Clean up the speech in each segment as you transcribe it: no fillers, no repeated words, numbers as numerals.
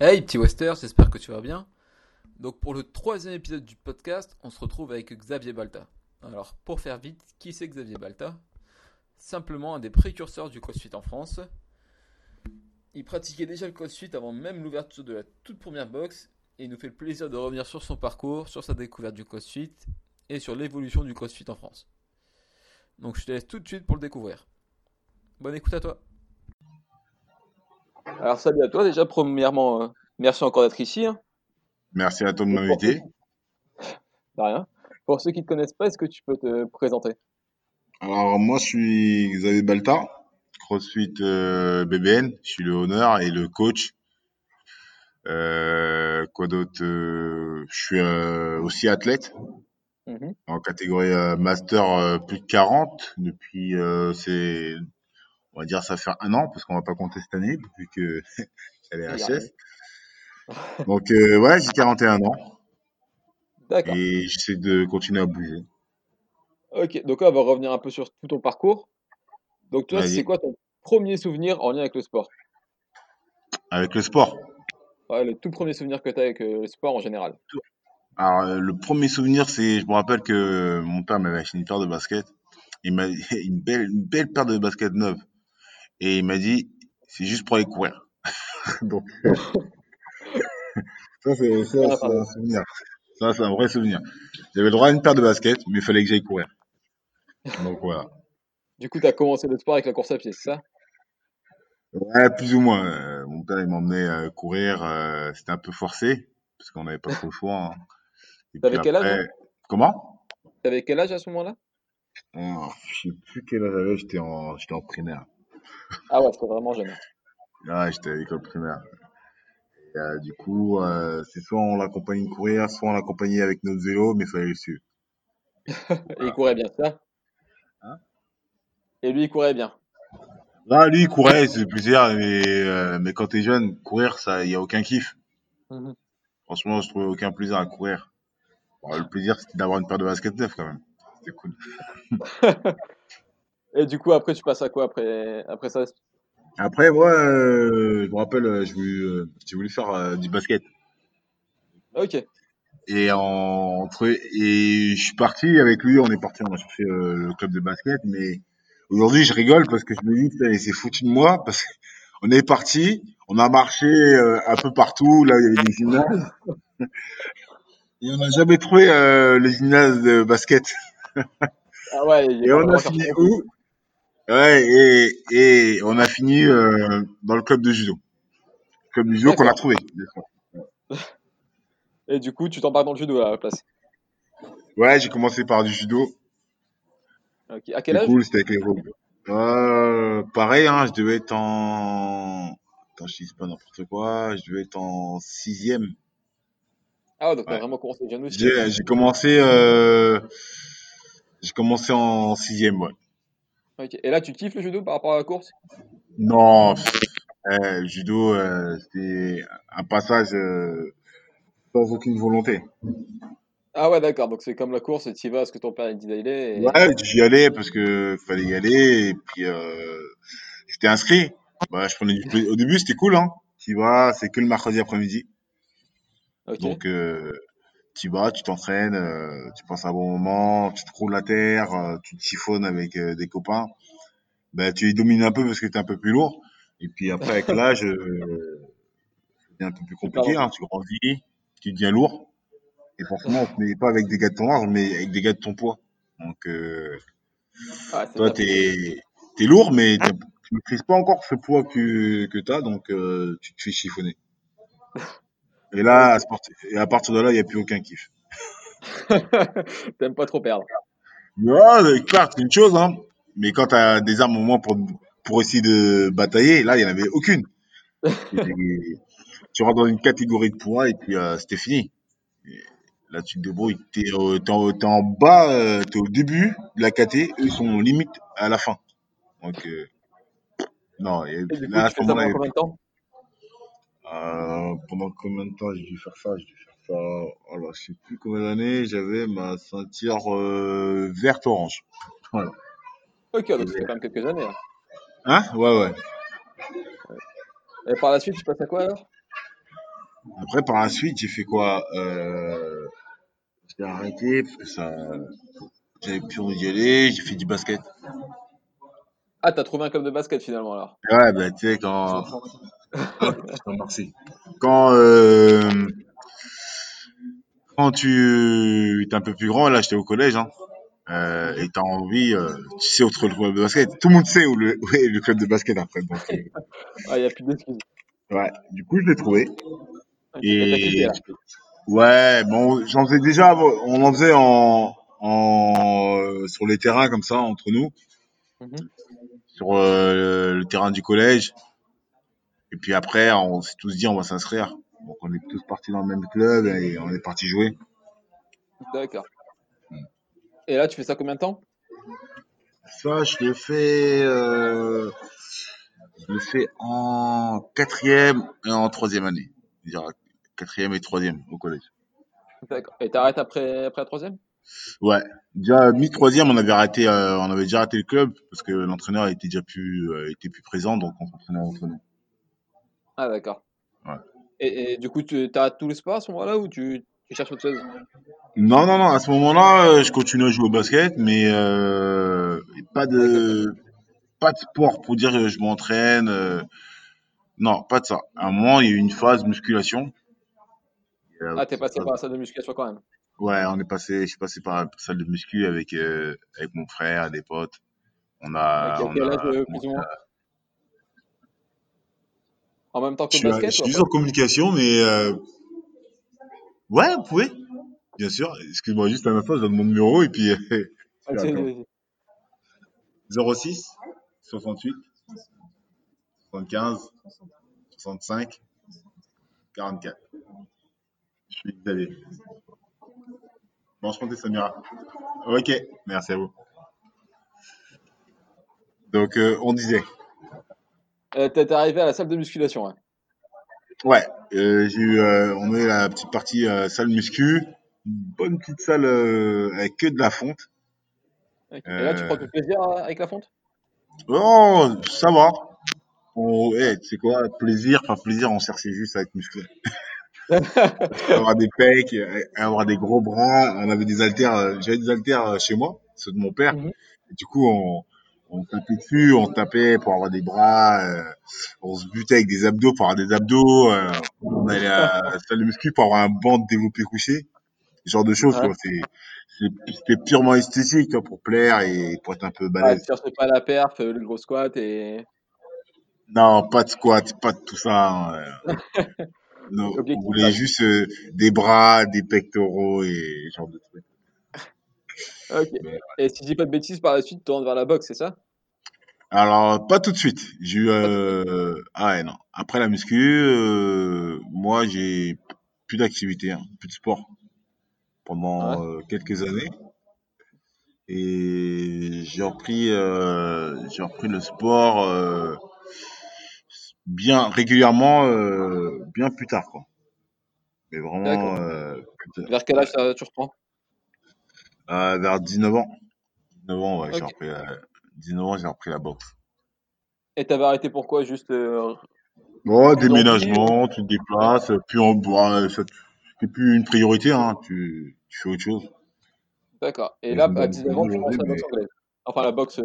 Hey petit Wester, j'espère que tu vas bien. Donc pour le troisième épisode du podcast, on se retrouve avec Xavier Balta. Alors pour faire vite, qui c'est Xavier Balta? Simplement un des précurseurs du CrossFit en France. Il pratiquait déjà le CrossFit avant même l'ouverture de la toute première box et il nous fait le plaisir de revenir sur son parcours, sur sa découverte du CrossFit et sur l'évolution du CrossFit en France. Donc je te laisse tout de suite pour le découvrir. Bonne écoute à toi. Alors salut à toi déjà, premièrement, merci encore d'être ici, hein. Merci à toi de Et pour ceux m'inviter. qui... De rien. Pour ceux qui ne te connaissent pas, est-ce que tu peux te présenter? Alors moi je suis Xavier Balta, CrossFit BBN, je suis le owner et le coach. Quoi d'autre je suis aussi athlète Mhm. en catégorie master plus de 40 depuis on va dire ça fait un an parce qu'on va pas compter cette année vu que elle est Il y a rien. HS. Donc ouais, j'ai 41 ans D'accord. et j'essaie de continuer à bouger. Ok, donc là, on va revenir un peu sur tout ton parcours. Donc toi, c'est Vas-y. quoi ton premier souvenir en lien avec le sport? Avec le sport. Ouais, le tout premier souvenir que tu as avec le sport en général. Alors, le premier souvenir, je me rappelle que mon père m'avait acheté une paire de baskets. Il m'a une belle paire de baskets neuves. Et il m'a dit, c'est juste pour aller courir. Donc, Bien c'est un parlé. souvenir. Ça, c'est un vrai souvenir. J'avais le droit à une paire de baskets, mais il fallait que j'aille courir. Donc, voilà. Du coup, tu as commencé le sport avec la course à pied, c'est ça? Ouais, plus ou moins. Mon père, il m'emmenait courir. C'était un peu forcé, parce qu'on n'avait pas trop le choix, hein. Et puis T'avais quel âge, hein? après, comment? T'avais quel âge à ce moment-là? Je sais plus quel âge j'avais, j'étais en primaire. Ah ouais, c'était vraiment jeune, hein. Ouais, j'étais à l'école primaire. Et, du coup, c'est soit on l'accompagnait courir, soit on l'accompagnait avec notre vélo, mais il fallait le suivre. Et il courait bien, c'est ça? Hein. Et lui, il courait bien. Là, lui, il courait, c'est plaisir, mais quand t'es jeune, courir, ça, y a aucun kiff. Mhm. Franchement, je trouvais aucun plaisir à courir. Bon, le plaisir, c'était d'avoir une paire de baskets neuves quand même. C'était cool. Et du coup, après, tu passes à quoi après ça? Après, moi, je me rappelle, j'ai voulu faire du basket. Ok. Et je suis parti avec lui, on a cherché le club de basket, mais aujourd'hui, je rigole parce que je me dis, putain, il s'est foutu de moi parce qu'on est parti, on a marché un peu partout, là, il y avait des gymnases, et on n'a jamais trouvé les gymnases de basket. Ah ouais, il est Et pas on a vraiment cherché fini non plus. où? Ouais, et on a fini dans le club de judo. Club de judo qu'on a D'accord. trouvé. Et du coup, tu t'embarques dans le judo à la place. Ouais, j'ai commencé par du judo. Ok. À quel C'était âge? cool, c'était avec les groupes. Pareil, hein, je devais être en... Attends, je dis pas n'importe quoi. Je devais être en sixième. Ah ouais, donc t'as Ouais. vraiment commencé jeune aussi, hein. J'ai commencé en sixième, ouais. Ok. Et là, tu kiffes le judo par rapport à la course? Non, judo, c'était un passage sans aucune volonté. Ah ouais, d'accord. Donc c'est comme la course, tu y vas parce que ton père il te dit d'y aller. Ouais, j'y allais parce que fallait y aller et puis j'étais inscrit. Bah, je prenais du plaisir. Au début, c'était cool, hein. Tu vas, c'est que le mercredi après-midi. Ok. Donc, tu vas, tu t'entraînes, tu passes un bon moment, tu te roules la terre, tu te chiffonnes avec des copains. Ben, tu les domines un peu parce que tu es un peu plus lourd. Et puis après, avec l'âge, ça devient un peu plus Tu perds compliqué, hein. Tu grandis, tu deviens lourd. Et forcément, on te met pas avec des gars de ton âge, mais avec des gars de ton poids. Donc, Ouais, c'est toi, bien précisé. t'es lourd, mais tu maîtrises pas encore ce poids que tu as, donc tu te fais chiffonner. Et là, Ok. et à partir de là, il n'y a plus aucun kiff. T'aimes pas trop perdre. Ouais, avec part, c'est une chose, hein. Mais quand t'as des armes au moins pour essayer de batailler, là, il n'y en avait aucune. C'était- Tu rentres dans une catégorie de poids et puis c'était fini. Et là, tu te débrouilles. T'es en bas, t'es au début de la caté, eux, ils sont limite à la fin. Donc, non, Et du coup, là, à tu ce fais ça moment-là, il pendant n'y avait combien plus. de temps? Pendant combien de temps j'ai dû faire ça? J'ai dû faire ça, alors, je sais plus combien d'années, j'avais ma ceinture verte-orange. Voilà. Ok, donc ça fait quand même quelques années, hein. Hein? Ouais, ouais. Et par la suite, tu passes à quoi alors? Après, par la suite, j'ai fait quoi? J'ai arrêté parce que ça, j'avais plus envie d'y aller. J'ai fait du basket. Ah, t'as trouvé un club de basket finalement alors. Ouais, bah, tu sais, hop, je t'en remercie. Quand, quand tu es un peu plus grand, là, j'étais au collège, hein, et t'as envie, tu sais, autre le club de basket. Tout le monde sait où est le club de basket après. Donc, Ah, il y a plus d'excuses. ouais. Du coup, je l'ai trouvé. Ok. Et t'as kiffé Et là. ouais, bon, j'en faisais déjà, on en faisait sur les terrains comme ça, entre nous, Mhm. sur le terrain du collège. Et puis après, on s'est tous dit, on va s'inscrire. Donc, on est tous partis dans le même club et on est parti jouer. D'accord. Et là, tu fais ça combien de temps? Ça, je le fais en quatrième et en troisième année. C'est-à-dire quatrième et troisième au collège. D'accord. Et t'arrêtes après la troisième? Ouais. Déjà, mi-troisième, on avait déjà arrêté le club parce que l'entraîneur était plus présent, donc on s'entraînait entre nous. Ah, d'accord. Ouais. Et du coup, tu t'arrêtes tous les sports à ce moment-là ou tu cherches autre chose? Non, non, non, à ce moment-là, je continue à jouer au basket, mais pas Avec le club. de, pas de sport pour dire je m'entraîne. Non, pas de ça. À un moment, il y a eu une phase musculation. Ah, t'es passé par la salle de musculation quand même. Ouais, je suis passé par la salle de muscu avec mon frère, des potes. Ok. À quel âge plus Commencé ou moins? En même temps que le je basket ou suis juste après? en communication, mais ouais, vous pouvez, bien sûr. Excuse-moi, juste à ma fois, je donne mon numéro et puis je fais Vas-y, attends. vas-y. 06 68 75 65 44. Je suis Xavier. Bon, enchanté, Samira. Ok, merci à vous. Donc, on disait. T'es arrivé à la salle de musculation, hein. Ouais, on a eu la petite partie salle muscu, une bonne petite salle avec que de la fonte. Ok. Et là, tu prends Euh, du plaisir avec la fonte? oh, ça va. Tu sais quoi, plaisir, pas plaisir, on cherchait juste à être musclé. Avoir des pecs, avoir des gros bras. On avait des haltères, j'avais des haltères chez moi, ceux de mon père. Mhm. Et du coup, on tapait dessus, on tapait pour avoir des bras, on se butait avec des abdos pour avoir des abdos. On allait à la salle de muscu pour avoir un banc de développé couché, ce genre de choses, Ouais. quoi. C'était purement esthétique, quoi, pour plaire et pour être un peu Ah, tu balèze. cherchais pas la perf, le gros squat et Non, pas de squat, pas de tout ça, hein. Non, on objectif voulait fat. juste des bras, des pectoraux et ce genre de trucs. Ok. Mais, Et si je dis pas de bêtises, par la suite, tu tournes vers la boxe, c'est ça? alors, pas tout de suite. Pas tout de suite. Ah ouais, non. Après la muscu, moi, j'ai plus d'activité, hein, plus de sport Ouais. pendant quelques années. Et j'ai repris le sport bien régulièrement, bien plus tard, quoi. Mais D'accord. vraiment, plus tard. Vers quel Ouais. âge tu reprends? Vers 19 ans. 19 ans, ouais, Ok. 19 ans, j'ai repris la boxe. Et t'avais arrêté pourquoi? Juste Bon, plus d'envie ou... déménagement, tu te Ouais. déplaces, puis en bois, c'est plus une priorité, hein, tu fais autre chose. D'accord. Et Et je là, me à donne plus 19 ans, tu aujourd'hui, commences la mais boxe anglaise. Enfin, la boxe.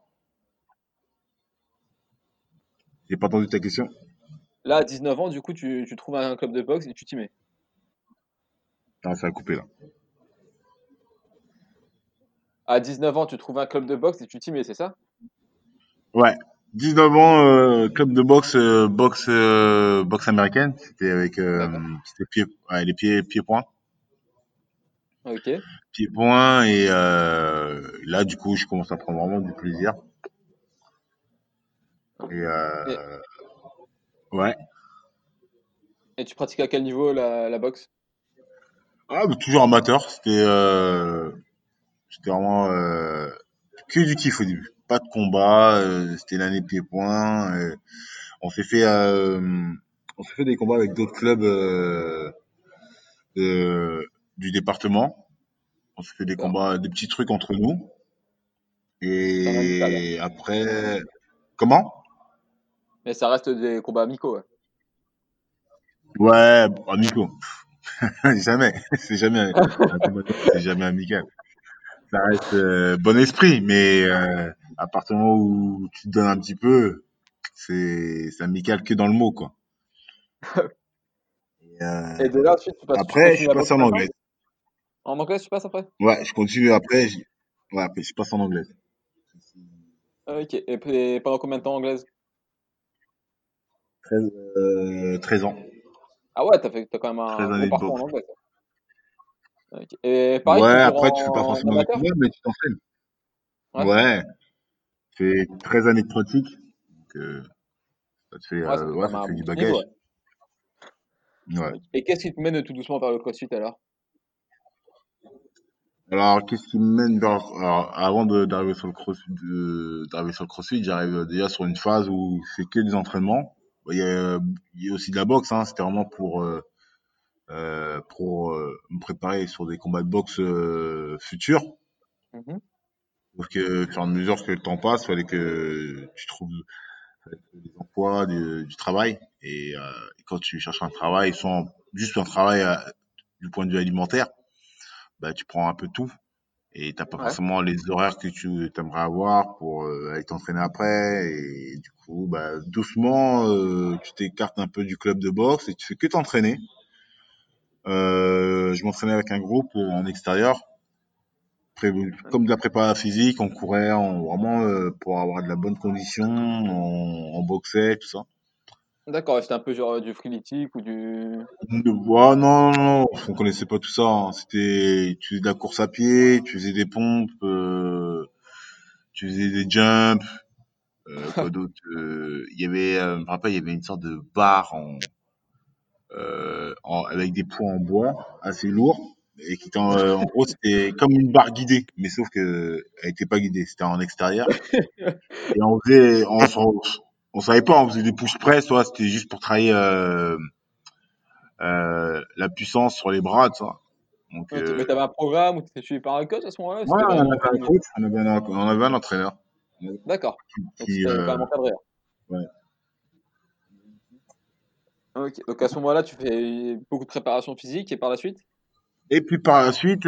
j'ai pas entendu ta question. Là, à 19 ans, du coup, tu trouves un club de boxe et tu t'y mets. Ah, ça a coupé là. À 19 ans, tu trouves un club de boxe et tu t'y mets, c'est ça? Ouais. 19 ans, club de boxe, boxe américaine. D'accord. C'était les pieds-points. Ok. Pieds-points, et là, du coup, je commence à prendre vraiment du plaisir. Et Et, ouais. et tu pratiques à quel niveau la boxe? Ah, mais toujours amateur. C'était vraiment que du kiff au début. Pas de combat. C'était l'année pieds-points. On s'est fait des combats avec d'autres clubs de- du département. On se fait des D'accord. combats, des petits trucs entre nous. C'est en amical, ouais. Et comment? Mais ça reste des combats amicaux, ouais. Ouais, amico. Jamais. C'est jamais. Un combat de boxe, c'est jamais amical. Ça reste bon esprit, mais à partir du moment où tu te donnes un petit peu, c'est amical que dans le mot, quoi. Et, Et de là, ensuite, tu après, je continues suis la boxe passé en en même temps? anglais. En anglais, tu passes après? Ouais, je continue après. Ouais, après, je passe en anglais. Ah, ok. Et puis, pendant combien de temps anglaise? 13 ans. Ah ouais, t'as quand même 13 un gros années de parcours boxe. en anglais, quoi. Ok. Et pareil, Ouais, toujours après, tu fais pas en forcément des amateur? combats, mais tu t'entraînes. Ouais. Ouais, c'est 13 années de pratique. Donc, Ouais, ça fait ouais, quand même ça te un fait du bon petit niveau, bagage. ouais. Ouais. Ok. Et qu'est-ce qui te mène tout doucement vers le CrossFit alors? Alors, qu'est-ce qui me mène vers, alors, avant d'arriver sur le d'arriver sur le CrossFit, j'arrive déjà sur une phase où c'est que des entraînements. Il y a aussi de la boxe, hein. C'était vraiment pour me préparer sur des combats de boxe futurs. Mhm. Sauf que, au fur et à mesure que le temps passe, fallait que tu trouves des emplois, du travail. Et quand tu cherches un travail, soit juste un travail du point de vue alimentaire, bah, tu prends un peu tout. Et t'as pas Ouais. forcément les horaires que tu aimerais avoir pour aller t'entraîner après. Et du coup, bah, doucement, tu t'écartes un peu du club de boxe et tu fais que t'entraîner. Je m'entraînais avec un groupe en extérieur, comme de la prépa physique, on courait vraiment pour avoir de la bonne condition, on boxait, tout ça. D'accord, ouais, c'était un peu genre du freeletics ou du... Ouais, non, non, non, on connaissait pas tout ça, hein. Tu faisais de la course à pied, tu faisais des pompes, tu faisais des jumps. Quoi d'autre? Je me rappelle, il y avait une sorte de barre avec des poids en bois assez lourds et en gros, c'était comme une barre guidée, mais sauf que elle était pas guidée, c'était en extérieur. Et on savait pas, on faisait des push press, soit c'était juste pour travailler la puissance sur les bras, tu vois. Donc, Ok, mais t'avais un programme ou t'étais suivi par un coach à ce moment-là ou ouais, c'était on vraiment avait un toi-même? coach, on avait un entraîneur D'accord, donc qui, c'était quand même encadré. ouais. Ok, donc à ce moment-là, tu fais beaucoup de préparation physique et par la suite? Et puis par la suite,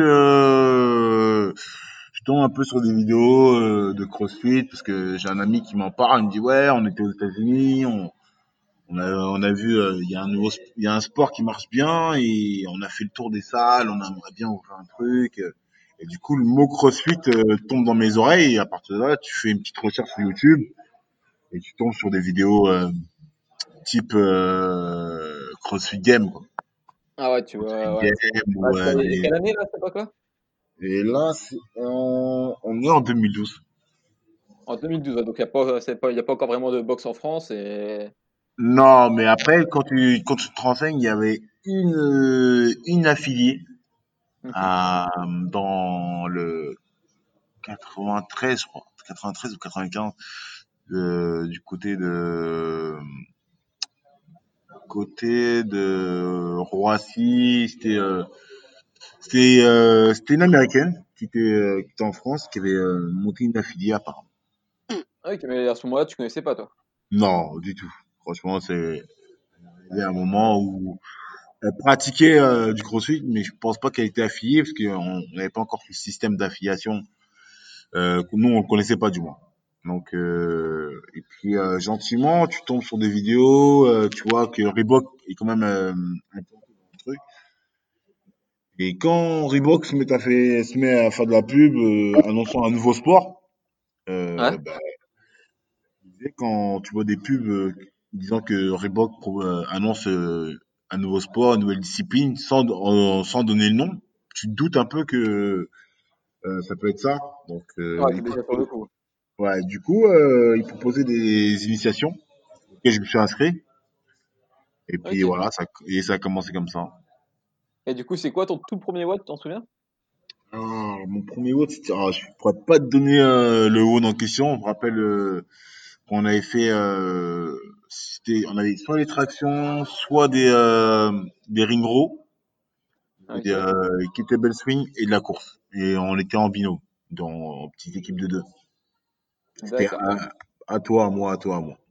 je tombe un peu sur des vidéos de CrossFit parce que j'ai un ami qui m'en parle. Il me dit ouais, on était aux États-Unis, on a vu il y a un sport qui marche bien et on a fait le tour des salles, on aimerait bien ouvrir un truc. Et du coup, le mot CrossFit tombe dans mes oreilles et à partir de là, tu fais une petite recherche sur YouTube et tu tombes sur des vidéos type CrossFit Game, quoi. Ah ouais, tu CrossFit vois, ouais, c'est bon. Game Bah, ou et quelle année là, cette époque-là? et là, on est en 2012. En 2012, ouais, donc il y a pas encore vraiment de boxe en France et... Non, mais après, quand tu te renseignes, il y avait une affiliée Mhm. dans le 93, je crois, 93 ou 95, du côté de Roissy. C'était une américaine qui était en France, qui avait monté une affiliée apparemment. Ah, ok, mais à ce moment-là, tu connaissais pas toi. Non, du tout. Franchement, il y a un moment où elle pratiquait du crossfit, mais je pense pas qu'elle était affiliée parce qu'on n'avait pas encore le système d'affiliation. Que nous, on le connaissait pas du moins. Donc, et puis gentiment, tu tombes sur des vidéos, tu vois que Reebok est quand même implanté dans le truc. Et quand Reebok se met à faire de la pub, annonçant un nouveau sport, Ouais? bah, quand tu vois des pubs disant que Reebok annonce un nouveau sport, une nouvelle discipline, sans donner le nom, tu te doutes un peu que ça peut être ça. Donc, Ouais, t'es déjà sur le coup. ouais, du coup, il proposait des initiations auxquelles je me suis inscrit. Et puis Ok. voilà, ça a commencé comme ça. Et du coup, c'est quoi ton tout premier watt, tu t'en souviens? Mon premier WOD, je pourrais pas te donner le WOD en question. Je me rappelle qu'on avait fait, on avait soit les tractions, soit des ring row, des Ok, kettlebell swing et de la course. Et on était en binôme, en petite équipe de deux. C'était d'accord. à toi, à moi, à toi, à moi.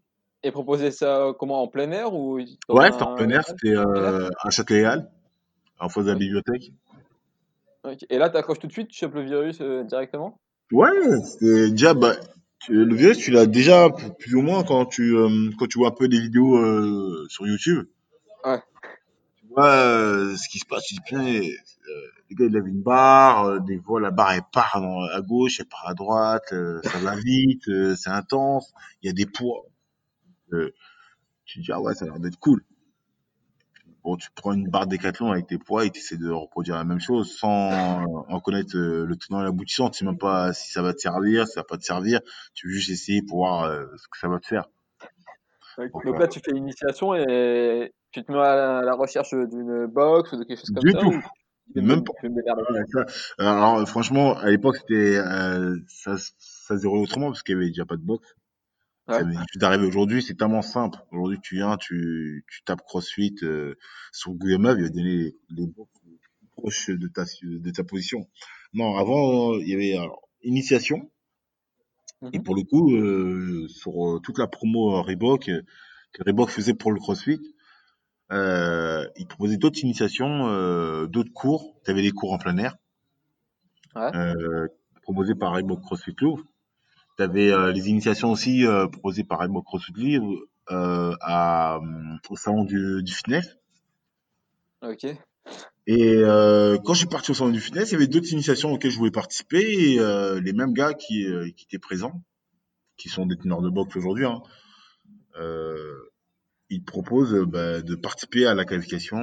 Et proposer ça comment, en plein air ou dans Ouais, c'était en un plein air, local? c'était Plein air? à Châtelet-Léal, en face de la Ok. bibliothèque. Ok. Et là, t'accroches tout de suite, tu chopes le virus directement? Ouais, c'était déjà, bah, le virus, tu l'as déjà plus ou moins quand tu vois un peu des vidéos sur YouTube. Ouais. Tu vois ce qui se passe, tu dis, putain, le gars, il lève une barre, des fois, la barre, elle part à gauche, elle part à droite, ça va vite, c'est intense, il y a des poids. Euh, Tu te dis, ah ouais, ça a l'air d'être cool. Bon, tu prends une barre Décathlon avec tes poids et tu essaies de reproduire la même chose sans en connaître le tenant et l'aboutissant. Tu sais même pas si ça va te servir, si ça va pas te servir. Tu veux juste essayer pour voir ce que ça va te faire. Ok. Donc, Donc là, tu fais l'initiation et tu te mets à la recherche d'une box ou de quelque chose comme du ça, tout, ou même pas. tu veux me démerder? Ouais, alors, franchement, à l'époque, c'était ça se déroulait autrement parce qu'il y avait déjà pas de boxe. Ça Ouais. m'est juste d'arriver aujourd'hui, c'est tellement simple. Aujourd'hui, tu viens, tu tapes CrossFit sur Google Maps, il va donner les box proches de ta position. Non, avant, il y avait alors, initiation. Et Mhm. pour le coup, sur toute la promo Reebok, que Reebok faisait pour le CrossFit, ils proposaient d'autres initiations, d'autres cours. Tu avais des cours en plein air, Ouais. euh, proposés par Reebok CrossFit Louvre. Tu avais les initiations aussi proposées par Reebok CrossFit Louvre au salon du fitness. Ok. Et quand je suis parti au salon du fitness, il y avait d'autres initiations auxquelles je voulais participer. Et les mêmes gars qui étaient présents, qui sont déteneurs de boxe aujourd'hui, hein, euh, ils te proposent bah, de participer à la qualification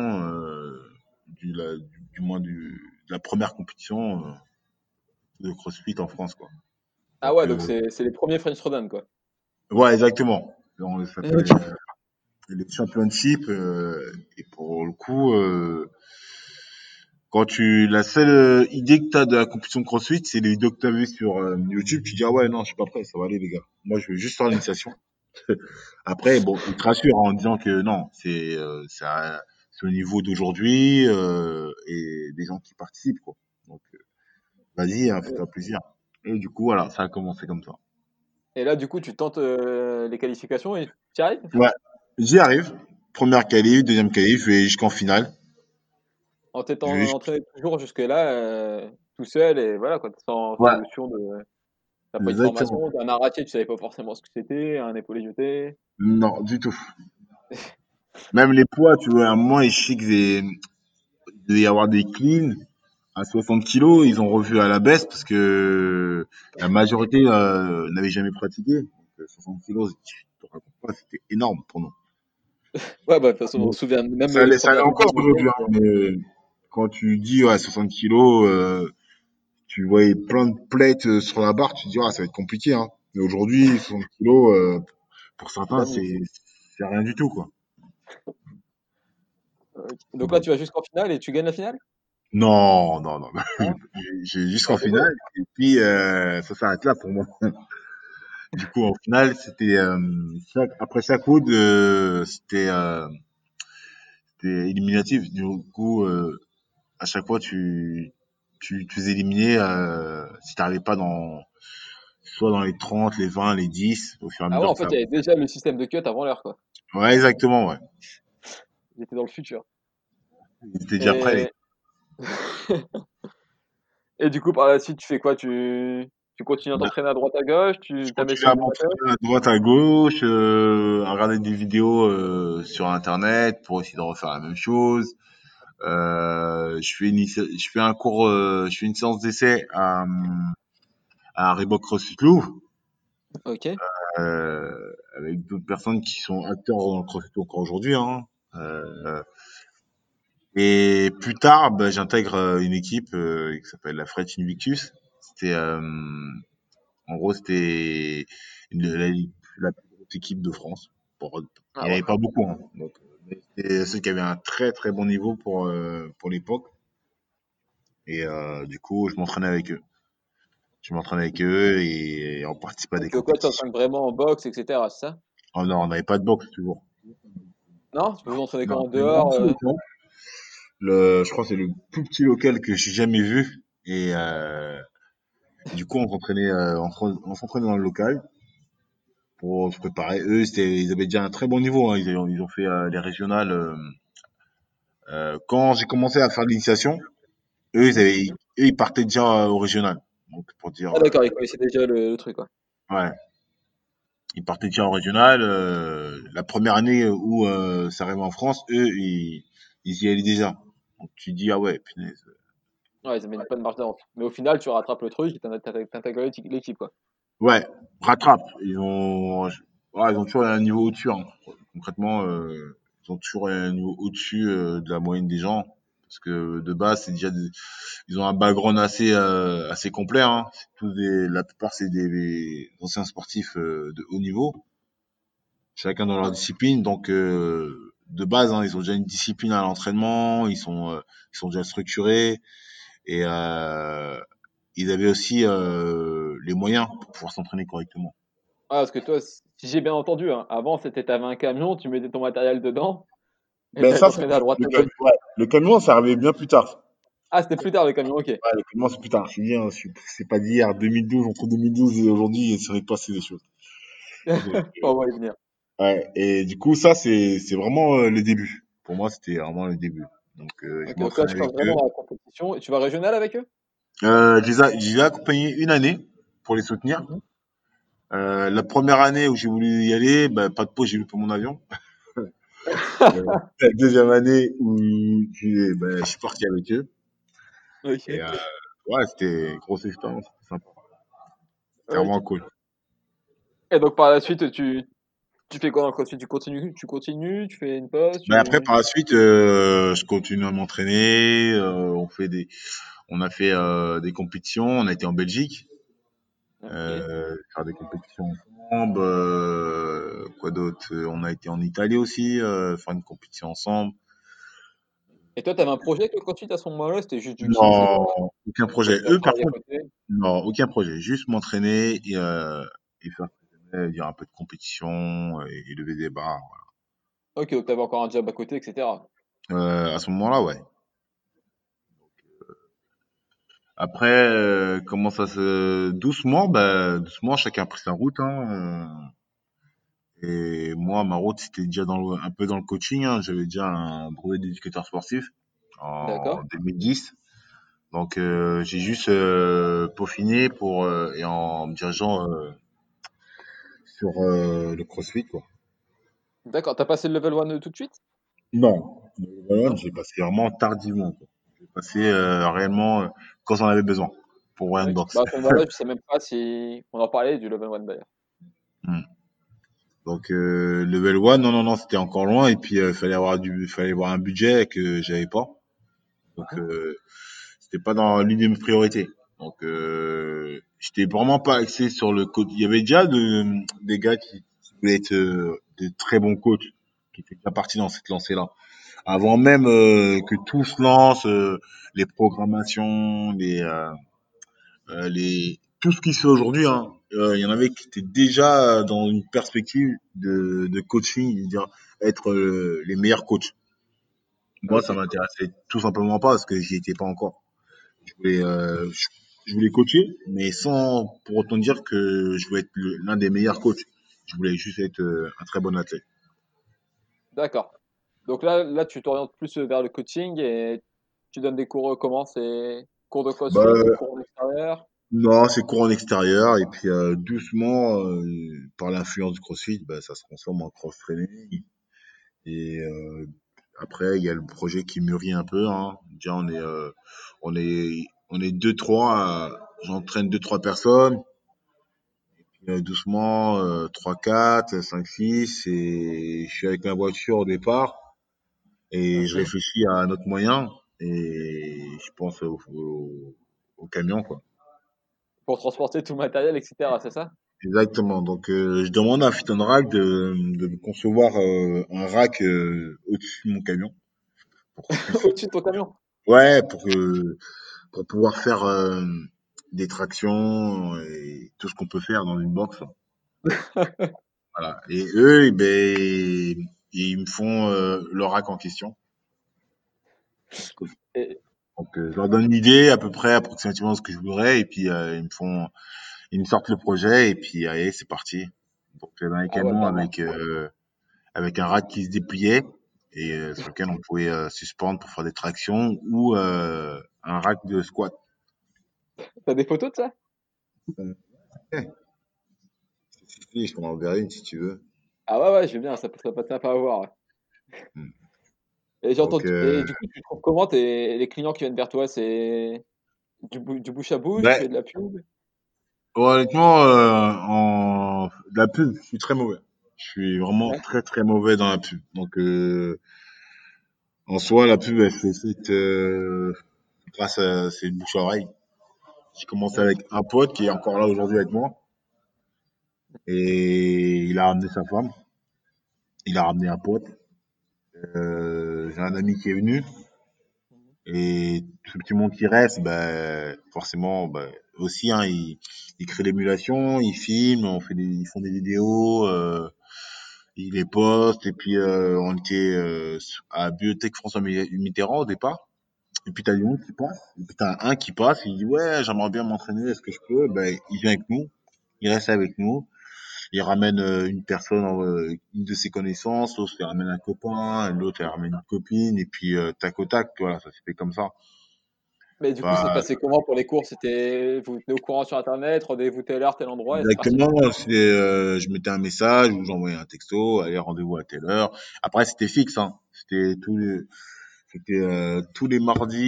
du moins de la première compétition de CrossFit en France, quoi. Ah Donc, ouais, donc c'est les premiers French Throwdown, quoi. ouais, exactement. Ça s'appelle Ok. les championships. Et pour le coup, quand la seule idée que tu as de la compétition de CrossFit, c'est les vidéos que tu as vues sur YouTube, tu dis, ah ouais, non, je suis pas prêt, ça va aller, les gars. Moi, je veux juste faire l'initiation. Après, bon, il te rassure en disant que non, c'est au niveau d'aujourd'hui et des gens qui participent, quoi. Donc, vas-y, hein, fais-toi plaisir. Et du coup, voilà, ça a commencé comme ça. Et là, du coup, tu tentes les qualifications et tu y arrives? Ouais, j'y arrive. Première qualif, deuxième qualif, je vais jusqu'en finale. En Je t'étant vais entraîné toujours jusque-là, tout seul et voilà, quoi, sans Ouais, solution de. T'as pas eu de exactement. formation, un arraché, tu savais pas forcément ce que c'était, un épaulé jeté. Non, du tout. Même les poids, tu vois, à un moment, je sais il devait y avoir des cleans à 60 kilos, ils ont revu à la baisse parce que la majorité n'avait jamais pratiqué. Donc, 60 kilos, je te raconte pas, c'était énorme pour nous. Ouais, bah, de toute façon, on Bon, se souvient même les ça allait premières vidéos encore de aujourd'hui, Greg. hein, mais quand tu dis ouais, 60 kilos, tu voyais plein de plates sur la barre, tu te dis ah, ça va être compliqué. Hein. Mais aujourd'hui, 60 kilos, pour C'est certains, la mise. c'est rien du tout, quoi. Ok. Donc là, Bon. tu vas jusqu'en finale et tu gagnes la finale? Non, non, non. Non? J'ai jusqu'en Par défaut? finale et puis ça s'arrête là pour moi. Du coup, en finale, c'était après chaque round, c'était éliminatif. Du coup, à chaque fois, tu faisais éliminer si t'arrivais pas soit dans les 30, les 20, les 10, au fur et à Ah ouais, mesure en que fait, ça. il y avait déjà le système de cut avant l'heure, quoi. Ouais, exactement, ouais. Ils étaient dans le futur. Ils étaient déjà prêts. Et, et du coup, par la suite, tu fais quoi? Tu continues à Bah, t'entraîner à droite à gauche? je Tu t'as mis continue sur à du matos? m'entraîner à droite, à gauche, à regarder des vidéos sur Internet pour essayer de refaire la même chose. Je fais un cours, je fais une séance d'essai à Reebok CrossFit Louvre, Ok. avec d'autres personnes qui sont acteurs dans le CrossFit encore aujourd'hui, hein. Euh, et plus tard, bah, j'intègre une équipe qui s'appelle la Fret Invictus. C'était, en gros, c'était la plus grosse équipe de France. Il Ah n'y ouais. avait pas beaucoup, hein. Donc, mais c'était ceux qui avaient un très très bon niveau pour l'époque. Et du coup, je m'entraînais avec eux. Je m'entraînais avec eux et on participe à des Donc quoi, tu compétitions. t'entraînes vraiment en boxe, etc., c'est ça? Oh non, on n'avait pas de boxe toujours. Non? Tu peux vous entraîner Non, comment? on avait un Dehors? petit local. Je crois que c'est le plus petit local que j'ai jamais vu. Et du coup, on s'entraînait dans le local. pour se préparer. Eux, ils avaient déjà un très bon niveau, hein. Ils ont fait les régionales. Quand j'ai commencé à faire l'initiation, Mhm. ils partaient déjà au régional. Donc pour dire, Ah d'accord, ils connaissaient déjà le truc, quoi. ouais, ils partaient déjà au régional. La première année où ça arrivait en France, ils y allaient déjà. Donc tu dis ah ouais, punaise. Ouais, ils avaient une bonne marge d'avance. Mais au final, tu rattrapes le truc et t'intègres l'équipe, quoi. Ouais, rattrape. Ouais, ils ont toujours un niveau au-dessus, hein. Concrètement, ils ont toujours un niveau au-dessus de la moyenne des gens. Parce que de base, ils ont un background assez complet, hein. La plupart, c'est des anciens sportifs de haut niveau, chacun dans leur discipline. Donc, de base, hein, ils ont déjà une discipline à l'entraînement, ils sont déjà structurés et ils avaient aussi les moyens pour pouvoir s'entraîner correctement. Ah, parce que toi, si j'ai bien entendu, hein, avant, c'était t'avais un camion, tu mettais ton matériel dedans et Ben t'allais ça, t'entraîner à droite le, à gauche. ouais, le camion, ça arrivait bien plus tard. Ah, c'était plus tard le camion, ok. Ouais, le camion, c'est plus tard. Je te dis, hein, c'est pas d'hier, 2012, entre 2012 et aujourd'hui, il s'est passé des choses. Donc, On va y venir. ouais, et du coup, ça, c'est vraiment les débuts. Pour moi, c'était vraiment les débuts. Donc, je Ok, donc là, m'entraînais tu avec passes eux. vraiment dans la compétition et tu vas régional avec eux? Je les ai accompagnés une année pour les soutenir. Mhm. La première année où j'ai voulu y aller, bah, pas de peau, j'ai loupé mon avion. La deuxième année où je suis parti avec eux. Et Ok. ouais, c'était une grosse expérience, c'était sympa. C'était vraiment Ok. cool. Et donc par la suite, tu fais quoi dans le crossfit? Tu continues, tu fais une pause, Ben après, tu... par la suite, je continue à m'entraîner. On a fait des compétitions. On a été en Belgique, Ok. faire des compétitions ensemble. Quoi d'autre? On a été en Italie aussi, faire une compétition ensemble. Et toi, t'avais un projet avec le crossfit à ce moment-là? C'était juste du kiff, Non, aucun t'as projet. fait un Eux, par travail à contre, côté? non, aucun projet. Juste m'entraîner et faire ce que j'aimais, dire un peu de compétition et lever des barres. Ok, donc t'avais encore un job à côté, etc. À ce moment-là, ouais. Après, comment ça se... Doucement, doucement, chacun a pris sa route, hein. Et moi, ma route, c'était déjà un peu dans le coaching, hein. J'avais déjà un brevet d'éducateur sportif en D'accord. 2010. Donc, j'ai juste peaufiné et en me dirigeant sur le CrossFit, quoi. D'accord. T'as passé le level 1 tout de suite? Non, le Valorant, Non? j'ai passé vraiment tardivement, quoi. J'ai passé réellement quand j'en avais besoin pour Ryan Ok. Box. Bah, à ce moment-là, je sais même pas si on en parlait du level 1 d'ailleurs. Donc level 1, non, non, non, c'était encore loin. Et puis fallait avoir un budget que j'avais pas. Donc Mhm. c'était pas dans l'une de mes priorités. Donc j'étais vraiment pas axé sur le coach. Il y avait déjà des gars qui voulaient être de très bons coachs, qui étaient déjà partis dans cette lancée-là. Avant même que tout se lance, les programmations, tout ce qui se fait aujourd'hui, hein, il y en avait qui étaient déjà dans une perspective de coaching, je veux dire être les meilleurs coachs. Moi, ça Ok. m'intéressait tout simplement pas parce que j'y étais pas encore. Je voulais, euh, je, je voulais coacher, mais sans pour autant dire que je voulais être l'un des meilleurs coachs. Je voulais juste être un très bon athlète. D'accord. Donc là, tu t'orientes plus vers le coaching et tu donnes des cours comment? C'est cours de CrossFit, Bah, cours en extérieur? non, c'est cours en extérieur et puis doucement, par l'influence du CrossFit, bah, ça se transforme en cross-training. Et après, il y a le projet qui mûrit un peu, hein. Déjà, on est deux, trois. J'entraîne deux, trois personnes. Doucement, 3, 4, 5, 6. Et je suis avec ma voiture au départ. Et je Ok. réfléchis à un autre moyen. Et je pense au camion, quoi. Pour transporter tout le matériel, etc. C'est ça? Exactement. Donc, je demande à Fit and Rack de me concevoir un rack au-dessus de mon camion pour que je puisse. Au-dessus de ton camion. Ouais, pour pouvoir faire des tractions et tout ce qu'on peut faire dans une box. Voilà. Et eux, eh ben, ils me font le rack en question. Et, Donc, je leur donne une idée à peu près, approximativement de ce que je voudrais, et puis ils me sortent le projet, et puis allez, c'est parti. Donc, dans les Ah ouais, camions carrément. avec un rack qui se dépliait et sur lequel on pouvait suspendre pour faire des tractions ou un rack de squat. T'as des photos de ça? Ouais, si, je t'en enverrai une si tu veux. Ah ouais, ouais, je veux bien, ça peut être sympa à voir. Ouais. Mm. Et Donc, et du coup, tu trouves comment les clients qui viennent vers toi? C'est du bouche à bouche, tu ben, fais de la pub? honnêtement, en la pub, je suis très mauvais. Je suis vraiment Ouais. très très mauvais dans la pub. Donc, en soi, la pub, elle s'est faite grâce à c'est le bouche à oreille. J'ai commencé avec Ok. un pote qui est encore là aujourd'hui avec moi et il a ramené sa femme, il a ramené un pote. J'ai un ami qui est venu et tout ce petit monde qui reste, ben forcément, ben, aussi, hein, ils créent l'émulation, ils filment, ils font des vidéos, ils les postent et puis on était à la Bibliothèque François Mitterrand au départ. Et puis t'as du monde qui passe, et puis t'as un qui passe, il dit ouais j'aimerais bien m'entraîner, est-ce que je peux? Ben il vient avec nous, il reste avec nous, il ramène une personne, une de ses connaissances, l'autre il ramène un copain, l'autre il ramène une copine, et puis tac au tac, voilà, ça s'est fait comme ça. Mais du coup, c'est Bah, passé comment pour les cours? C'était vous tenez au courant sur internet, rendez-vous telle heure, tel endroit et c'est parti? exactement, je mettais un message ou j'envoyais un texto, allez rendez-vous à telle heure. Après c'était fixe, hein, c'était tous les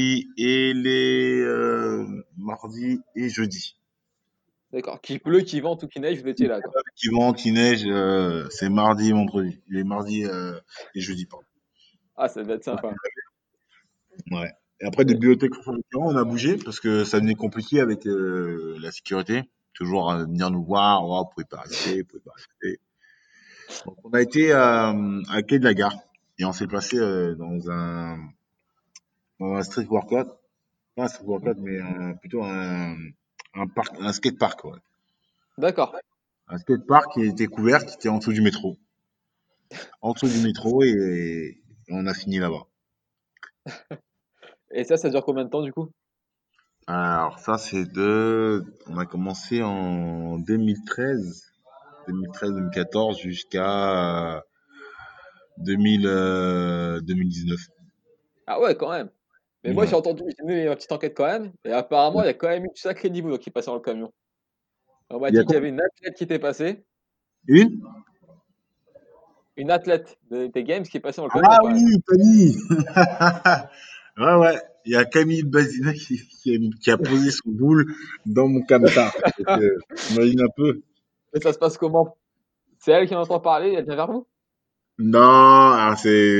mardis et jeudis. D'accord. Qu'il pleut, qu'il vente ou qu'il neige, vous étiez là, quoi. Qui vent, qui neige, c'est mardi et vendredi. Les mardis et jeudi, pardon. Ah, ça devait être sympa. Ouais. Et après, des Et bibliothèques différents, on a bougé parce que ça devenait compliqué avec la sécurité. Toujours venir nous voir, oh, vous pouvez pas rester, vous pouvez pas rester. Donc, on a été à Quai de la Gare et on s'est placé dans un street workout. Pas un street workout, mais plutôt un parc, un skate park, ouais. d'accord. Un skate park qui était couvert, qui était en dessous du métro. En dessous du métro et on a fini là-bas. Et ça dure combien de temps, du coup? Alors ça, on a commencé en 2013-2014 jusqu'à 2019. Ah ouais, quand même. Mais moi, Ouais. j'ai mené ma petite enquête quand même, et apparemment, Ouais. il y a quand même eu du sacré niveau donc qui passait dans le camion. On m'a Il y a dit qu'il y quoi? avait une athlète qui était passée, Une? une athlète des Games qui est passée dans le camion Ah quand même. oui, Tony. Ouais, ouais. Il y a Camille Bazina qui a posé son boule dans mon camtar. Donc, t'imagines un peu. Et ça se passe comment? C'est elle qui en entend parler, elle vient vers vous? Non, alors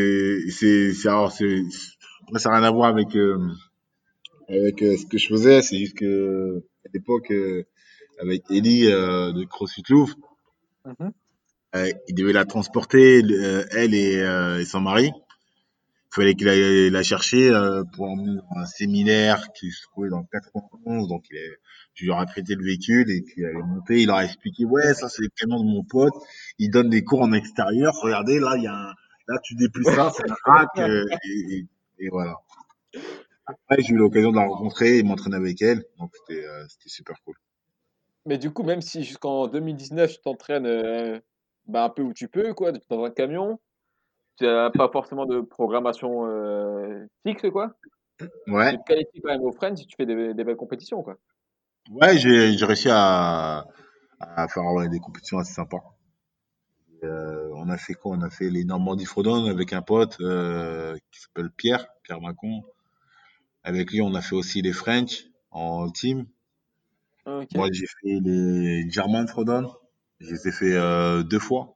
après, ça n'a rien à voir avec ce que je faisais. C'est juste que, à l'époque, avec Ellie de CrossFit Louvre. Mhm. Il devait la transporter, elle et son mari. Il fallait qu'il aille la chercher pour l'emmener dans un séminaire qui se trouvait dans le 91. Donc, je lui ai prêté le véhicule et puis elle est montée. Il leur a expliqué, ouais, ça c'est le camion de mon pote. Il donne des cours en extérieur. Regardez, là, là, tu déplies ça, c'est un rack. Et voilà. Après, j'ai eu l'occasion de la rencontrer et m'entraîner avec elle. Donc, c'était super cool. Mais du coup, même si jusqu'en 2019, tu t'entraînes bah, un peu où tu peux, quoi, dans un camion, tu n'as pas forcément de programmation fixe, quoi. Ouais. Tu te qualifies quand même au French si tu fais des belles compétitions, quoi. Ouais, j'ai réussi à faire ouais, des compétitions assez sympas. On a fait quoi? On a fait les Normandie Frodon avec un pote qui s'appelle Pierre Macon. Avec lui, on a fait aussi les French en team. Ok. Moi, j'ai fait les German Frodon. Je les ai fait deux fois.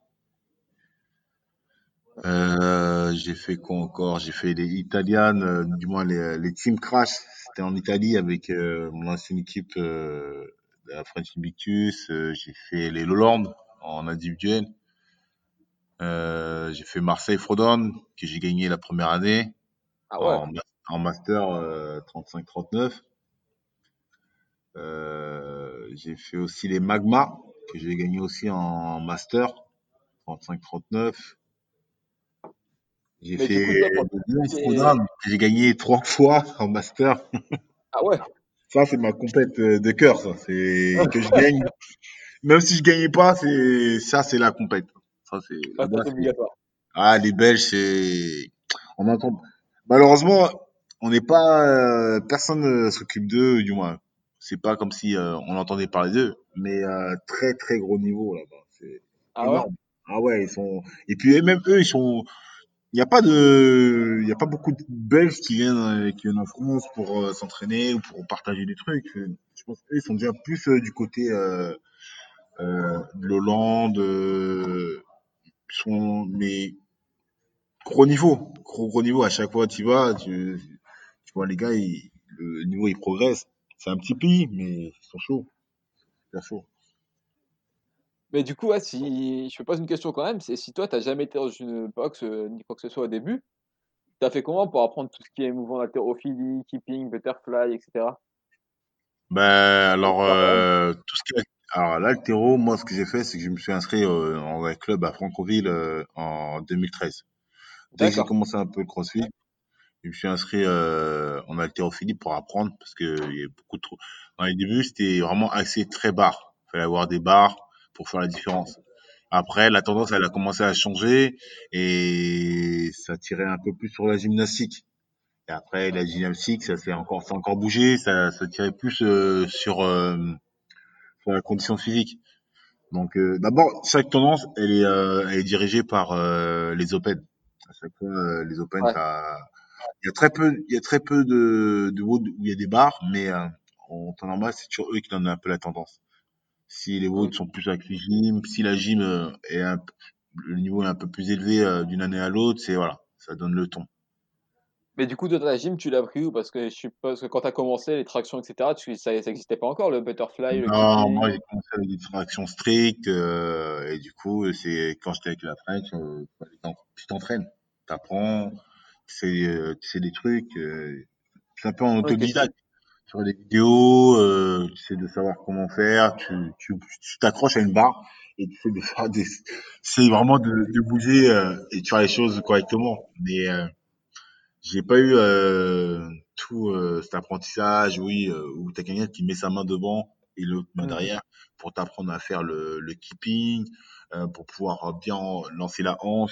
J'ai fait quoi encore? J'ai fait les Italian, du moins les Team Crash. C'était en Italie avec mon ancienne équipe de la French Invictus. J'ai fait les Lowland en individuel. J'ai fait Marseille Frodon, que j'ai gagné la première année Ah ouais. en, en master 35-39. J'ai fait aussi les Magma, que j'ai gagné aussi en master 35-39. J'ai Mais fait du coup, toi, pour les Lions tes... Frodon, que j'ai gagné trois fois en master. Ah ouais. Ça, c'est ma compète de cœur, ça. C'est que je gagne. même si je gagnais pas, c'est la compète. Ça, c'est, Ah, ça, là-bas, c'est c'est, obligatoire. les Belges, on entend, malheureusement, on n'est pas, personne ne s'occupe d'eux, du moins. C'est pas comme si, on entendait parler d'eux, mais, très, très gros niveau, là-bas. C'est Ah ouais? énorme. Ah ouais, et puis, même eux, il y a pas beaucoup de Belges qui viennent en France pour s'entraîner ou pour partager des trucs. Je pense qu'eux, ils sont déjà plus du côté de l'Hollande, mais gros niveau. À chaque fois, tu vois les gars, le niveau il progresse. C'est un petit pays, mais ils sont chauds, super chauds. Mais du coup, ouais, si je me pose une question quand même, c'est si toi, t'as jamais été dans une boxe ni quoi que ce soit au début, t'as fait comment pour apprendre tout ce qui est mouvement haltérophilie, keeping, butterfly, etc. Ben alors tout ce qui est alors l'altéro, moi ce que j'ai fait, c'est que je me suis inscrit dans un club à Franconville en 2013. Dès que j'ai D'accord. commencé un peu le CrossFit, je me suis inscrit en haltérophilie pour apprendre parce que il y a beaucoup trop. Dans les débuts, c'était vraiment axé très barre. Il fallait avoir des barres pour faire la différence. Après, la tendance, elle a commencé à changer et ça tirait un peu plus sur la gymnastique. Et après, la gymnastique, ça a encore bougé, ça tirait plus sur la condition physique. Donc, d'abord, chaque tendance, elle est dirigée par les Open. À chaque fois, les Open, Ouais. il y a très peu de WOD où il y a des barres, mais en temps normal, c'est toujours eux qui donnent un peu la tendance. Si les WOD Ok. sont plus avec les gym, si la gym le niveau est un peu plus élevé d'une année à l'autre, c'est voilà, ça donne le ton. Mais du coup, toi, ta gym, tu l'as pris où? Parce que je suppose que quand t'as commencé, les tractions, etc., ça existait pas encore, le butterfly, le Non, moi keeping. j'ai commencé avec des fractions strictes et du coup c'est quand j'étais avec la French, tu t'entraînes, t'apprends, tu sais des trucs, c'est un peu en Ok. autodidacte. Sur des vidéos, tu sais de savoir comment faire, tu t'accroches à une barre et tu sais de faire c'est vraiment de bouger et de faire les choses correctement. Mais j'ai pas eu tout cet apprentissage, oui, où t'as quelqu'un qui met sa main devant et l'autre main Mhm. derrière pour t'apprendre à faire le keeping, pour pouvoir bien lancer la hanche,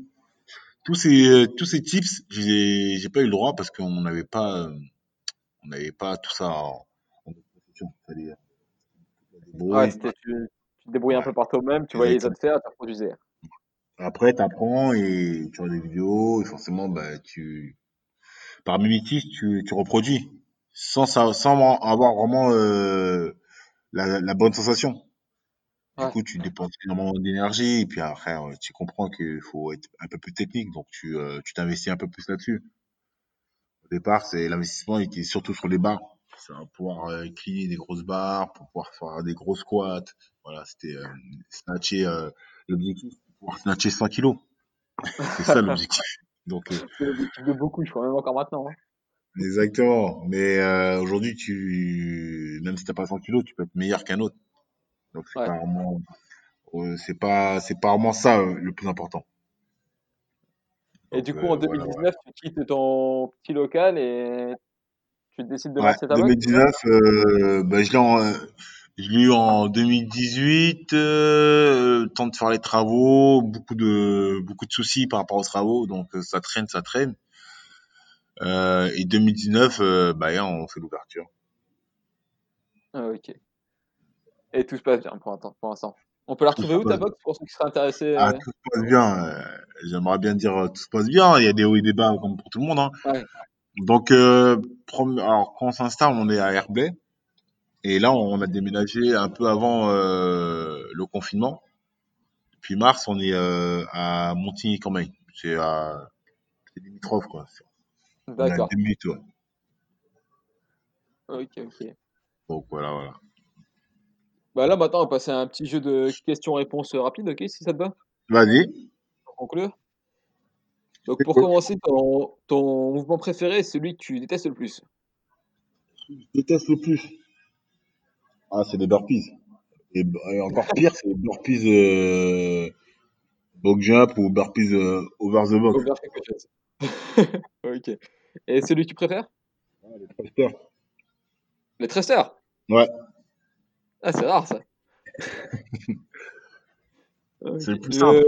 tous ces tips, j'ai pas eu le droit parce qu'on n'avait pas tout ça en possession. Fallait se Ouais, débrouiller. tu te débrouilles un Ouais, peu par toi-même, tu voyais les exactement. autres faire, tu reproduisais. Après, t'apprends et tu vois des vidéos et forcément, bah, par mimétisme, tu reproduis sans avoir vraiment la bonne sensation. Du Ouais. coup, tu dépenses énormément d'énergie et puis après, tu comprends qu'il faut être un peu plus technique, donc tu t'investis un peu plus là-dessus. Au départ, c'est l'investissement il était surtout sur les barres. Ça va pouvoir incliner des grosses barres, pour pouvoir faire des gros squats. Voilà, c'était snatcher l'objectif, c'est pouvoir snatcher 100 kilos. C'est ça l'objectif. Donc C'est l'objectif de beaucoup, je crois, même encore maintenant, hein. exactement. Mais aujourd'hui, même si t'as pas 100 kilos, tu peux être meilleur qu'un autre. Donc Ouais. c'est pas vraiment ça le plus important. Et Donc du coup, en voilà, voilà. 2019, tu quittes ton petit local et tu décides de Ouais, lancer ta box, c'est ça? 2019, bah, je l'ai eu en 2018, temps de faire les travaux, beaucoup de soucis par rapport aux travaux, donc ça traîne, ça traîne. Et 2019, bah, hier, on fait l'ouverture. Ah, ok. Et tout se passe bien pour l'instant. On peut la Tout se retrouver où ta passe, box pour ceux qui seraient intéressés? tout se passe bien. J'aimerais bien dire tout se passe bien. Il y a des hauts et des bas comme pour tout le monde, hein. Ouais, Donc, alors quand on s'installe, on est à Herblay. Et là, on a déménagé un peu avant le confinement. Puis mars, on est à Montigny-Cormeilles. C'est limitrophe, quoi. On a d'accord. 2 minutes, ouais. Ok, ok. Donc voilà, voilà. Bah là, maintenant, on va passer à un petit jeu de questions-réponses rapides, ok, si ça te va, Vas-y. pour conclure. Donc, pour Écoute, commencer, ton mouvement préféré, celui que tu détestes le plus. je déteste le plus. Ah, c'est les burpees. Et encore pire, c'est les burpees box jump ou burpees over the box. Over quelque chose. Ok. Et celui que tu préfères? Ah, les thrusters. Les thrusters. Ouais. Ah, c'est rare ça. Ok. C'est le plus simple.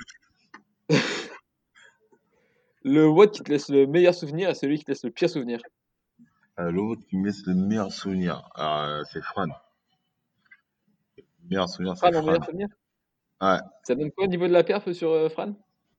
Le WOD qui te laisse le meilleur souvenir et celui qui te laisse le pire souvenir. L'autre qui me laisse le meilleur souvenir, c'est Fran. Le meilleur souvenir, c'est Fran en Fran. meilleur souvenir? Ouais. Ça donne quoi au niveau de la perf sur Fran?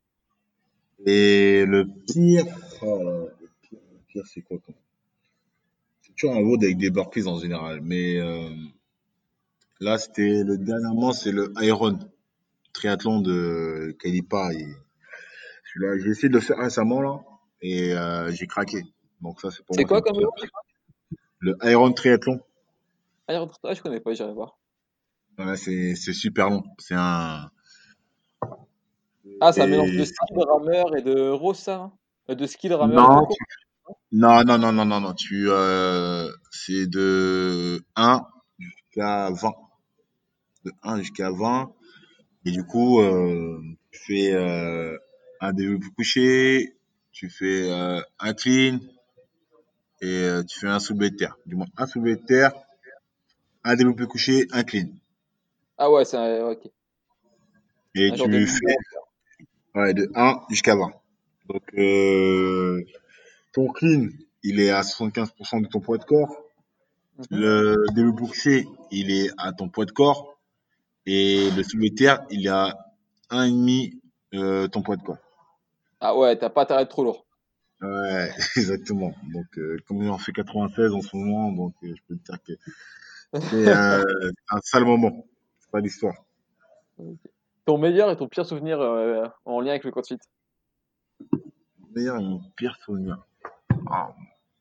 Et le pire, le pire, c'est quoi? C'est toujours un road avec des burpees en général. Mais là, c'était le dernièrement, c'est le Iron triathlon de Kalipa. Celui-là, j'ai essayé de le faire récemment là, et j'ai craqué. Donc ça, c'est pour C'est moi, c'est quoi le comme pire. WOD? Le Iron triathlon, Ah, je connais pas, j'irai voir. ouais, c'est super long. C'est un. Ah, c'est un mélange de Et ski de rameur et de rose, ça, hein? De ski de rameur et de non, course. non, non, non, non, non, non. C'est de 1 jusqu'à 20. De 1 jusqu'à 20. Et du coup, tu fais un développé couché, tu fais un clean et tu fais un soulevé de terre. Du moins, un soulevé de terre, un développé couché, un clean. Ah ouais, c'est un, ok. Et Un genre de tu mini. fais ouais, de 1 jusqu'à 20. Donc, ton clean, il est à 75% de ton poids de corps. Mhm. Le développé couché, il est à ton poids de corps. Et le soulevé de terre, il est à 1,5 ton poids de corps. Ah ouais, t'as pas intérêt de trop lourd. Ouais, exactement. Donc, comme on en fait 96 en ce moment, donc je peux te dire que c'est un sale moment. C'est pas l'histoire. Ok. Ton meilleur et ton pire souvenir en lien avec le CrossFit. Meilleur et mon pire souvenir. Ah,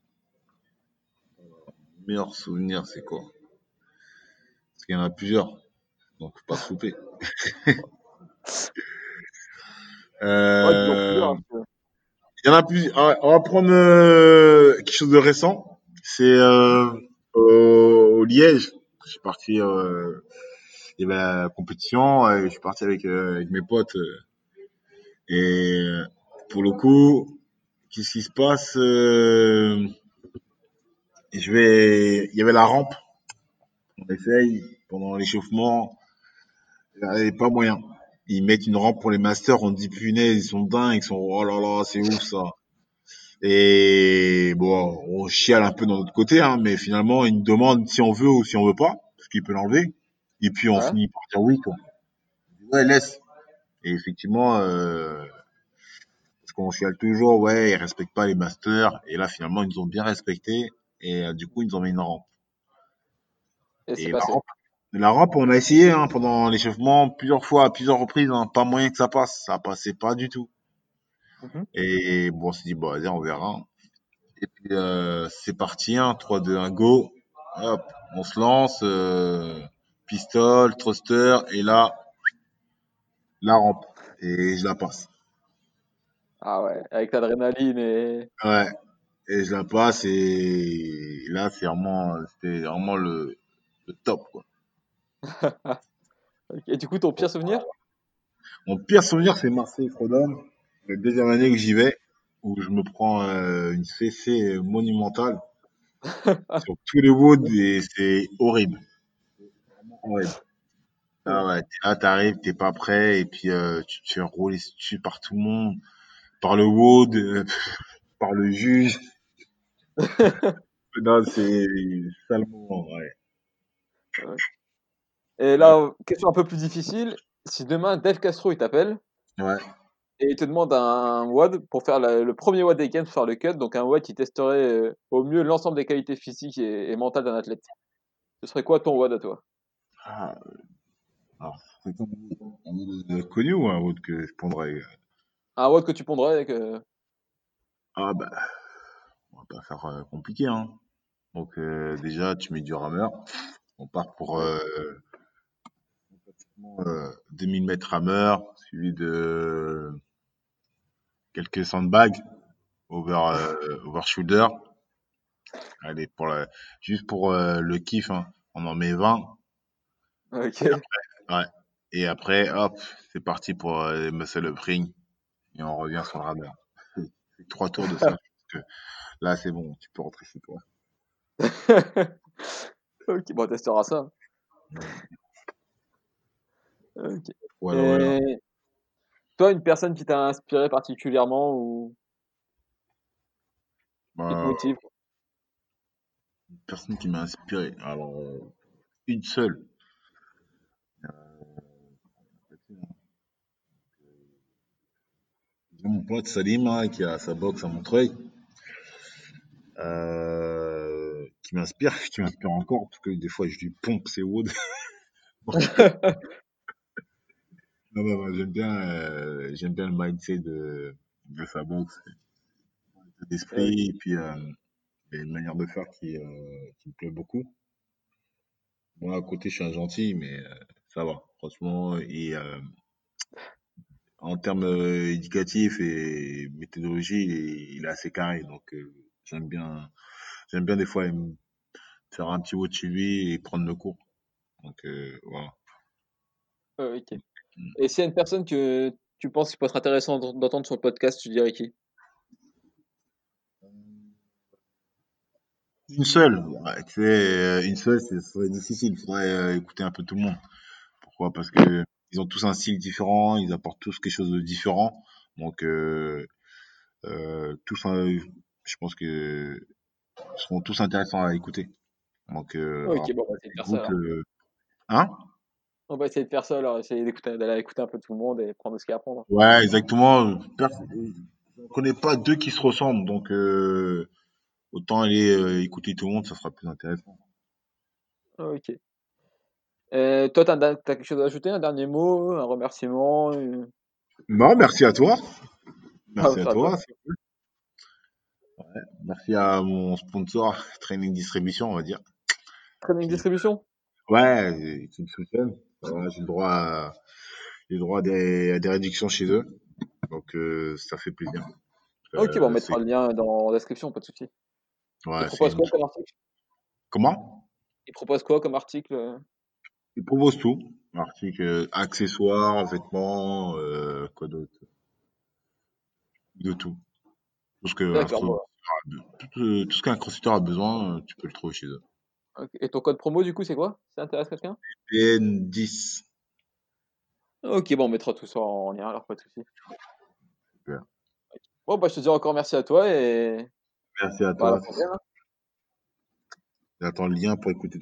meilleur souvenir, c'est quoi? Parce qu'il y en a plusieurs, donc faut pas se louper. Ouais, dis-en plusieurs, Euh, hein, si tu veux. il y en a plusieurs. Ah, on va prendre quelque chose de récent. C'est au Liège. Je suis parti. Il y avait la compétition. Et je suis parti avec mes potes. Et pour le coup, qu'est-ce qui se passe il y avait la rampe. On essaye pendant l'échauffement. Il n'y avait pas moyen. Ils mettent une rampe pour les masters. On dit punaise, ils sont dingues. Ils sont oh là là, c'est ouf ça. Et bon, on chiale un peu dans notre côté, hein, mais finalement, ils nous demandent si on veut ou si on veut pas, parce qu'il peut l'enlever. Et puis on Ouais. finit par dire oui, quoi. Ouais, laisse. Et effectivement, parce qu'on chiale toujours, ouais, ils respectent pas les masters. Et là, finalement, ils nous ont bien respectés. Et du coup, ils nous ont mis une rampe. Et c'est Et passé. la rampe, on a essayé hein, pendant l'échauffement plusieurs fois, à plusieurs reprises. Hein, pas moyen que ça passe. Ça passait pas du tout. Mhm. Et bon, on s'est dit, bon, vas-y, on verra. Et puis, c'est parti, hein, 3, 2, 1, go. Hop, on se lance. Pistol, thruster. Et là, la rampe. Et je la passe. Ah ouais, avec l'adrénaline et. Ouais. Et je la passe. Et là, c'était vraiment le top, quoi. Ok. Et du coup, ton pire souvenir? Mon pire souvenir, c'est Marseille-Frodon. La deuxième année que j'y vais, où je me prends une fessée monumentale sur tous les woods et c'est horrible. Horrible. Ah ouais, là, t'arrives, t'es pas prêt et puis tu te fais rouler dessus par tout le monde, par le wood, par le juge. Non, c'est salement, ouais. Ouais. Et Ouais. là, question un peu plus difficile. Si demain Dave Castro il t'appelle Ouais. et il te demande un WOD pour faire le premier WOD Weekend pour faire le cut, donc un WOD qui testerait au mieux l'ensemble des qualités physiques et mentales d'un athlète. Ce serait quoi ton WOD à toi? Ah, alors, c'est comme un autre connu ou un autre que je prendrais? Un WOD que tu pondrais avec. Ah bah, on va pas faire compliqué, hein. Donc déjà, tu mets du rameur. On part pour Oui. 2000 mètres rameur, suivi de quelques sandbags over shoulder. Allez, juste pour le kiff, hein, on en met 20. Et Ok. après, ouais. Et après, hop, c'est parti pour muscle up ring. Et on revient sur le radar. C'est 3 tours de ça. Parce que là, c'est bon, tu peux rentrer chez toi. Ok, bon, on testera ça. OK. Voilà, voilà. Et toi, une personne qui t'a inspiré particulièrement ou qui te Bah, motive? une personne qui m'a inspiré. Alors, une seule. J'ai mon pote Salim, hein, qui a sa boxe à Montreuil, qui m'inspire encore, parce que des fois je lui pompe ses woods. Non, non, non, j'aime bien le mindset de sa boxe, l'état d'esprit, OK, et puis il y a une manière de faire qui me plaît beaucoup. Moi, à côté, je suis un gentil, mais ça va, franchement. Et en termes éducatifs et méthodologie, il est assez carré. Donc, j'aime bien des fois faire un petit mot de chez lui et prendre le cours. Donc, voilà. OK. Et s'il y a une personne que tu penses qu'il peut être intéressant d'entendre sur le podcast, tu dirais qui? Une seule, ouais, tu sais, une seule, ce serait difficile. Il faudrait écouter un peu tout le monde. Pourquoi? Parce que ils ont tous un style différent, ils apportent tous quelque chose de différent. Donc, tous, je pense que seront tous intéressants à écouter. Donc, OK, alors, bon, on va essayer de faire ça écoute, alors. hein? On va essayer de faire ça alors, essayer d'aller écouter un peu tout le monde et prendre ce qu'il y a à prendre. Ouais, exactement. Je ne connais pas deux qui se ressemblent, donc autant aller écouter tout le monde, ça sera plus intéressant. OK. Toi, tu quelque chose à ajouter, un dernier mot, un remerciement, Non, merci à toi. ah, Merci à c'est à toi. toi. Merci à mon sponsor, Training Distribution, on va dire. Training Qui, distribution? ouais, qui me soutiennent. Voilà, j'ai le droit à des réductions chez eux. Donc, ça fait plaisir. OK, bon, on C'est, mettra le lien dans la description, pas de souci. Ils ouais, c'est proposent une, quoi comme article? comment? Ils proposent quoi comme article? Ils proposent tout. Articles, accessoires, vêtements, quoi d'autre? De tout. Tout ce que D'accord, bon, tout ce qu'un crossfitter a besoin, tu peux le trouver chez eux. OK. Et ton code promo, du coup, c'est quoi? Ça intéresse quelqu'un? PN10. OK, bon, on mettra tout ça en lien alors, pas de souci. Super. Bon, bah, je te dis encore merci à toi et Merci à bah, à la toi. prochaine, hein. J'attends le lien pour écouter